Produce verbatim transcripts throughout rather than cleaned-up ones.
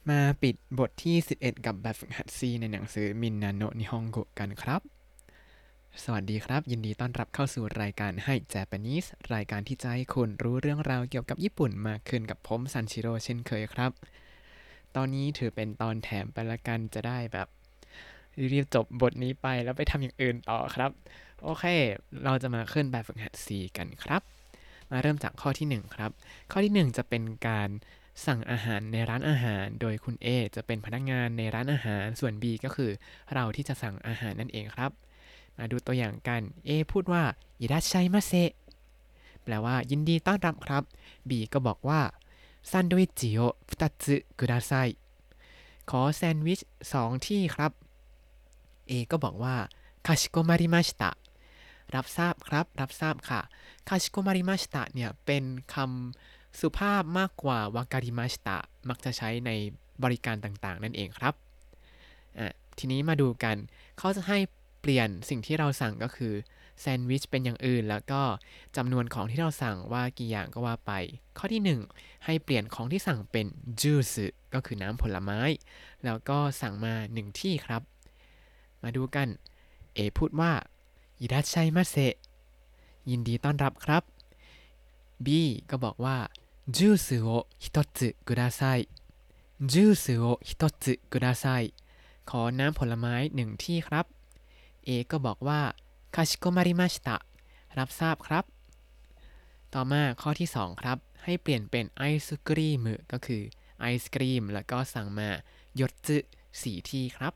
มาปิดบทที่สิบเอ็ดกับแบบฝึกหัด C ในหนังสือมินนาโนะนิฮงโกะกันครับสวัสดีครับยินดีต้อนรับเข้าสู่รายการให้ Japanese รายการที่จะให้คุณรู้เรื่องราวเกี่ยวกับญี่ปุ่นมากขึ้นกับผมซันชิโร่เช่นเคยครับตอนนี้ถือเป็นตอนแถมไปละกันจะได้แบบรีบจบบทนี้ไปแล้วไปทำอย่างอื่นต่อครับโอเคเราจะมาขึ้นแบบฝึกหัด C กันครับมาเริ่มจากข้อที่หนึ่งครับข้อที่หนึ่งจะเป็นการสั่งอาหารในร้านอาหารโดยคุณ A จะเป็นพนักงานในร้านอาหารส่วน B ก็คือเราที่จะสั่งอาหารนั่นเองครับมาดูตัวอย่างกัน A พูดว่าอิรัชชัยมาเซแปลว่ายินดีต้อนรับครับ B ก็บอกว่าซันด์วิชโอふたつくださいขอแซนด์วิชสองที่ครับ A ก็บอกว่าคาชิโกมาริมาชิตะรับทราบครับรับทราบค่ะคาชิโกมาริมาชิตะเนี่ยเป็นคำสุภาพมากกว่าวาการิมาชิตะมักจะใช้ในบริการต่างๆนั่นเองครับอ่ะทีนี้มาดูกันเขาจะให้เปลี่ยนสิ่งที่เราสั่งก็คือแซนด์วิชเป็นอย่างอื่นแล้วก็จำนวนของที่เราสั่งว่ากี่อย่างก็ว่าไปข้อที่หนึ่งให้เปลี่ยนของที่สั่งเป็นจูสก็คือน้ำผลไม้แล้วก็สั่งมาหนึ่งที่ครับมาดูกัน เอพูดว่าอิรัชชัยมาเซยินดีต้อนรับครับ B ก็บอกว่าจูสโอฮิโตสึกุดาไซจูสโอฮิโตสึกุดาไซขอน้ำผลไม้หนึ่งที่ครับ A ก็บอกว่าคาชิโกมาริมาชิตะรับทราบครับต่อมาข้อที่สองครับให้เปลี่ยนเป็นไอศกรีมก็คือไอศกรีมแล้วก็สั่งมายดจึสี่ที่ครับ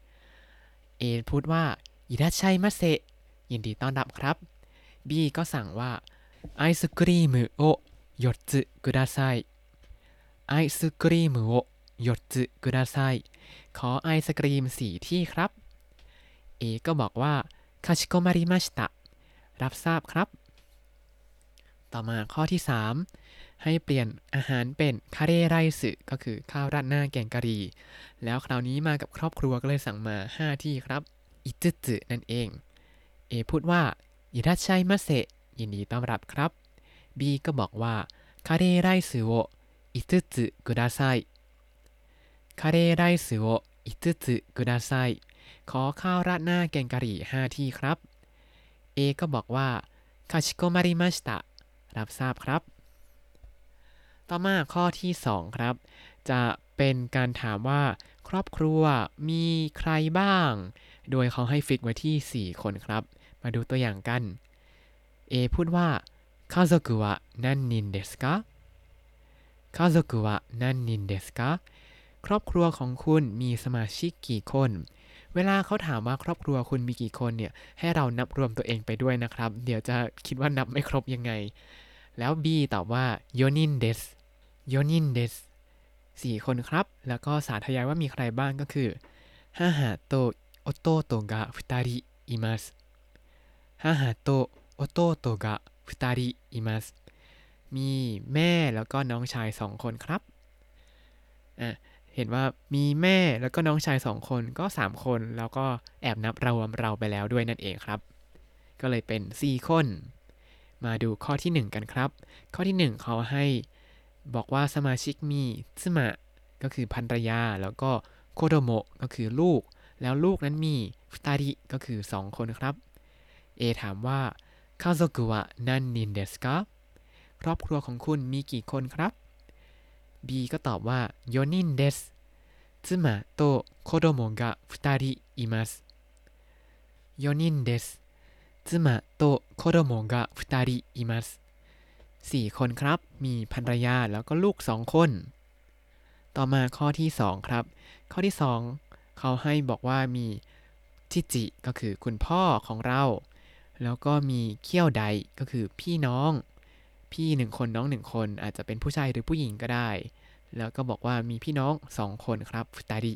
A พูดว่าอิรัชชัยมาเซยินดีต้อนรับครับ B ก็สั่งว่าไอศกรีมโอยดจึくださいไอศกรีมโอยดจึくださいขอไอศกรีมสี่ที่ครับ A ก็บอกว่าคาชิโกมาริมาชิตะรับทราบครับต่อมาข้อที่สามให้เปลี่ยนอาหารเป็นคาเร่ไรซ์ก็คือข้าวราดหน้าแกงกะหรี่แล้วคราวนี้มากับครอบครัวก็เลยสั่งมาห้าที่ครับอิจึจึนั่นเอง A พูดว่าอิรัชชัยมาเซยินดีต้อนรับครับ B ก็บอกว่าคาเร่ไรซ์โออิจึจึくださいคาเร่ไรซ์โออิจึจึくださいขอข้าวราดหน้าแกงกะหรี่ห้าที่ครับ A ก็บอกว่าคาชิโกมาริมาชิตะรับทราบครับต่อมาข้อที่สองครับจะเป็นการถามว่าครอบครัวมีใครบ้างโดยเขาให้ฟิกไว้ที่สี่คนครับมาดูตัวอย่างกัน A พูดว่า家族は何人ですか家族は何人ですかครอบครัวของคุณมีสมาชิกกี่คนเวลาเขาถามว่าครอบครัวคุณมีกี่คนเนี่ยให้เรานับรวมตัวเองไปด้วยนะครับเดี๋ยวจะคิดว่านับไม่ครบยังไงแล้ว B ตอบว่าโยนินเดสโยนินเดสสี่คนครับแล้วก็สาธยายว่ามีใครบ้างก็คือฮาฮาโตะโอโตโตะがふたりいますฮาฮาโตะโอโตโตะがふたりいますมีแม่แล้วก็น้องชายสองคนครับอ่ะเห็นว่ามีแม่แล้วก็น้องชายสองคนก็สามคนแล้วก็แอบนับรวมเราไปแล้วด้วยนั่นเองครับก็เลยเป็นสี่คนมาดูข้อที่หนึ่งกันครับข้อที่หนึ่งเขาให้บอกว่าสมาชิกมีซึมะก็คือภรรยาแล้วก็โคโดโมะก็คือลูกแล้วลูกนั้นมีฟุตาริก็คือสองคนครับ A ถามว่า家族は何人ですかครอบครัวของคุณมีกี่คนครับ B ก็ตอบว่าโยนินเดส妻と子供がふたりいますโยนินเดส妻と子供がふたりいますสี่คนครับมีภรรยาแล้วก็ลูกสองคนต่อมาข้อที่สองครับข้อที่สองเขาให้บอกว่ามีจิจิก็คือคุณพ่อของเราแล้วก็มีเคี่ยวไดก็คือพี่น้องพี่หนึ่งคนน้องหนึ่งคนอาจจะเป็นผู้ชายหรือผู้หญิงก็ได้แล้วก็บอกว่ามีพี่น้องสองคนครับฟุตาริ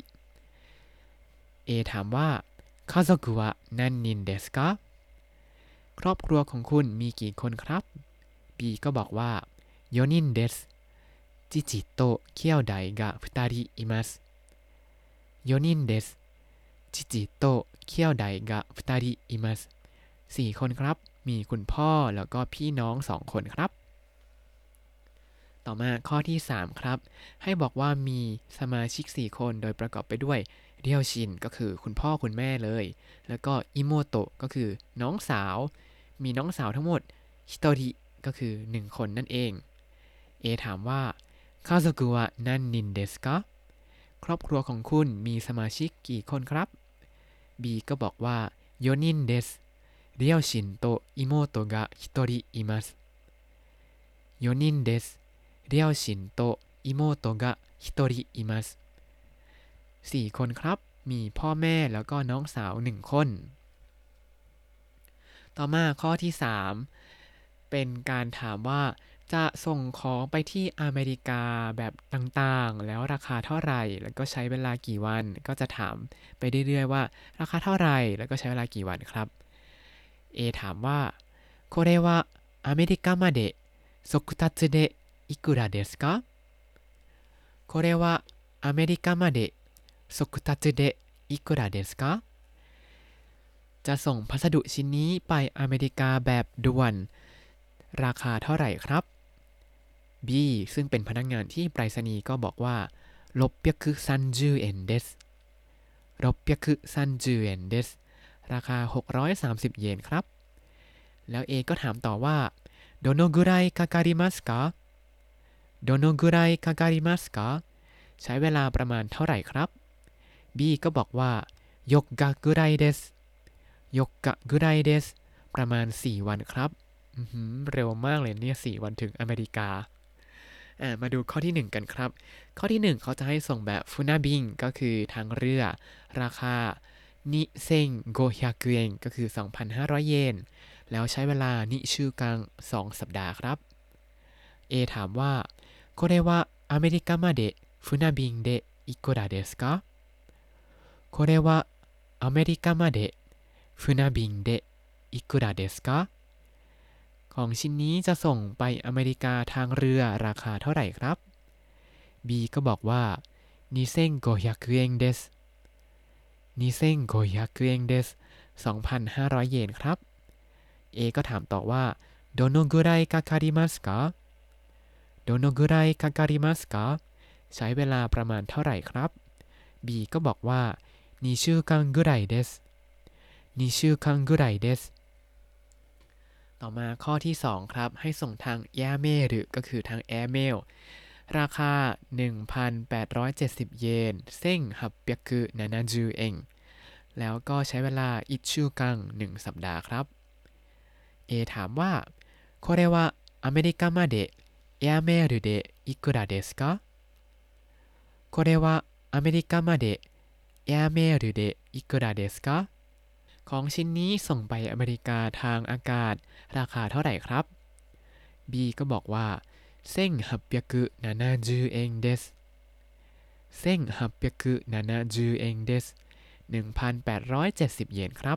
A ถามว่า家族は何人ですかครอบครัวของคุณมีกี่คนครับ B ก็บอกว่าโยนินเดสจิจิโตะเคี่ยวไดがふたりいますโยนินเดสจิจิโตะเคี่ยวไดがふたりいますสี่คนครับมีคุณพ่อแล้วก็พี่น้องสองคนครับต่อมาข้อที่สามครับให้บอกว่ามีสมาชิกสี่คนโดยประกอบไปด้วยเรียวชินก็คือคุณพ่อคุณแม่เลยแล้วก็อิโมโตะก็คือน้องสาวมีน้องสาวทั้งหมดฮิโตริก็คือหนึ่งคนนั่นเอง A ถามว่าคาโซกุวะนันนินเดสกะครอบครัวของคุณมีสมาชิกกี่คนครับ B ก็บอกว่าโยนินเดสเรียวชินโตะอิโมโตะがひとりいますโยนินเดสเรียวชินโตะอิโมโตะがひとりいますสี่คนครับมีพ่อแม่แล้วก็น้องสาวหนึ่งคนต่อมาข้อที่สามเป็นการถามว่าจะส่งของไปที่อเมริกาแบบต่างๆแล้วราคาเท่าไหร่แล้วก็ใช้เวลากี่วันก็จะถามไปเรื่อยๆว่าราคาเท่าไหร่แล้วก็ใช้เวลากี่วันครับ A ถามว่าこれはアメリカまで速達でいくらですかこれはアメリカまで速達でいくらですかจะส่งพัสดุชิ้นนี้ไปอเมริกาแบบด่วนราคาเท่าไหร่ครับ B ซึ่งเป็นพนักงานที่ไปรษณีย์ก็บอกว่าろっぴゃくさんじゅうえんですろっぴゃくさんじゅうえんですราคาหกร้อยสามสิบเยนครับแล้ว A ก็ถามต่อว่าどのぐらいかかりますかどのぐらいかかりますかใช้เวลาประมาณเท่าไหร่ครับ B ก็บอกว่าよっかぐらいですよっかぐらいですประมาณสี่วันครับอื้อหือเร็วมากเลยเนี่ยสี่วันถึงอเมริกาอ่ามาดูข้อที่หนึ่งกันครับข้อที่หนึ่งเขาจะให้ส่งแบบฟูนาบิงก็คือทางเรือราคานิเซ็งโกฮยากุเอนก็คือ สองพันห้าร้อย เยนแล้วใช้เวลานิชูกังสองสัปดาห์ครับ A ถามว่าこれはアメリカまで船便でいくらですかこれはアメリカまで船便でいくらですかของชิ้นนี้จะส่งไปอเมริกาทางเรือราคาเท่าไหร่ครับ B ก็บอกว่าにせんごひゃくえんですにせんごひゃくえんですสองพันห้าร้อย เยนครับ A ก็ถามต่อว่าどのぐらいかかりますかどのぐらいかかりますかใช้เวลาประมาณเท่าไหร่ครับ B ก็บอกว่าに週間ぐらいですに週間ぐらいですต่อมาข้อที่สองครับให้ส่งทางแอร์เมลหรือก็คือทางแอร์เมลราคา หนึ่งพันแปดร้อยเจ็ดสิบ เยนเซ็งฮับเปียคือนานาจูเองแล้วก็ใช้เวลาอิชูกังหนึ่งสัปดาห์ครับ A ถามว่าこれはアメリカまでエアメールでいくらですかこれはアメリカまでエアメールでいくらですかของชิ้นนี้ส่งไปอเมริกาทางอากาศราคาเท่าไหร่ครับ B ก็บอกว่าเซ็งฮับเปียคือนานาจูเองเดสเซ็งฮับเปียคือนานาจูเองเดสหนึ่งพันแปดร้อยเจ็ดสิบ เยนครับ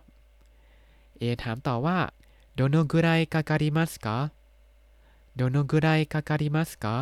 A ถามต่อว่าどのぐらいかかりますかどのぐらいかかりますか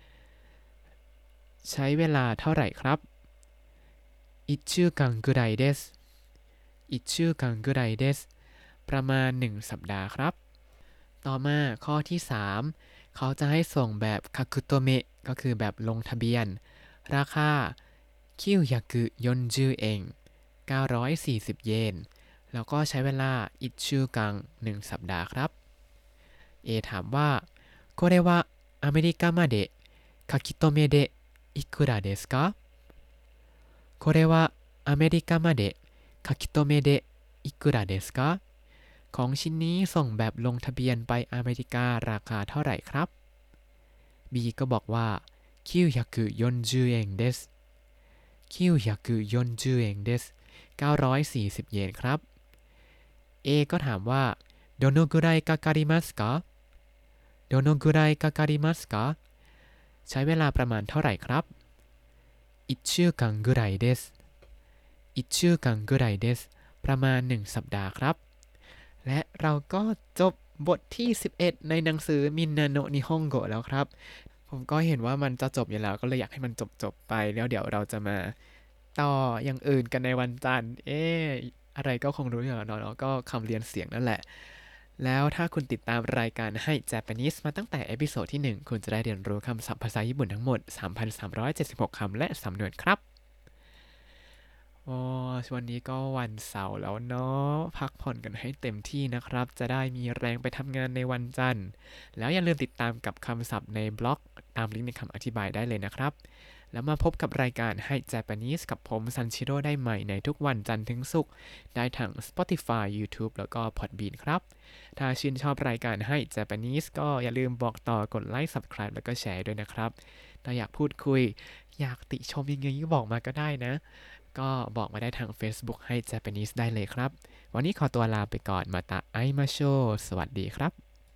ใช้เวลาเท่าไหร่ครับいっしゅうかんぐらいですอิชูกังกุไรเดสประมาณหนึ่งสัปดาห์ครับต่อมาข้อที่สามเขาจะให้ส่งแบบคาคุโตเมะก็คือแบบลงทะเบียนราคาคิวยักุยนจูเองเก้าร้อยสี่สิบเยนแล้วก็ใช้เวลาอิชูกังหนึ่งสัปดาห์ครับ A ถามว่าこれはアメリカまで書き留めでいくらですかこれはアメリカまで書き留めでいくらですかของชิ้นนี้ส่งแบบลงทะเบียนไปอเมริการาคาเท่าไหร่ครับ B ก็บอกว่าきゅうひゃくよんじゅうえんですきゅうひゃくよんじゅうえんですเก้าร้อยสี่สิบ เยนครับ A ก็ถามว่าどのぐらいかかりますかどのぐらいかかりますかใช้เวลาประมาณเท่าไหร่ครับいっしゅうかんぐらいですいっしゅうかんぐらいですประมาณหนึ่งสัปดาห์ครับและเราก็จบบทที่สิบเอ็ดในหนังสือมินนาโนะนิฮงโกะแล้วครับผมก็เห็นว่ามันจะจบอยู่แล้วก็เลยอยากให้มันจบๆไปแล้วเดี๋ยวเราจะมาต่ออย่างอื่นกันในวันจันทร์เอ๊ะอะไรก็คงรู้อยู่แล้วเนาะก็คำเรียนเสียงนั่นแหละแล้วถ้าคุณติดตามรายการให้ Japanese มาตั้งแต่เอพิโซดที่หนึ่งคุณจะได้เรียนรู้คำศัพท์ภาษาญี่ปุ่นทั้งหมด สามพันสามร้อยเจ็ดสิบหก คำและสำนวนครับโอ้วันนี้ก็วันเสาร์แล้วเนาะพักผ่อนกันให้เต็มที่นะครับจะได้มีแรงไปทำงานในวันจันทร์แล้วอย่าลืมติดตามกับคำศัพท์ในบล็อกตามลิงก์ในคำอธิบายได้เลยนะครับแล้วมาพบกับรายการให้ Japanese กับผมซันชิโร่ได้ใหม่ในทุกวันจันทร์ถึงศุกร์ได้ทาง Spotify YouTube แล้วก็ Podbean ครับถ้าชื่นชอบรายการให้ Japanese ก็อย่าลืมบอกต่อกดไลค์ Subscribe แล้วก็แชร์ด้วยนะครับถ้าอยากพูดคุยอยากติชมยังไงก็บอกมาก็ได้นะก็บอกมาได้ทาง Facebook ให้ Japanese ได้เลยครับวันนี้ขอตัวลาไปก่อนมาตาไอมาโชสวัสดีครับ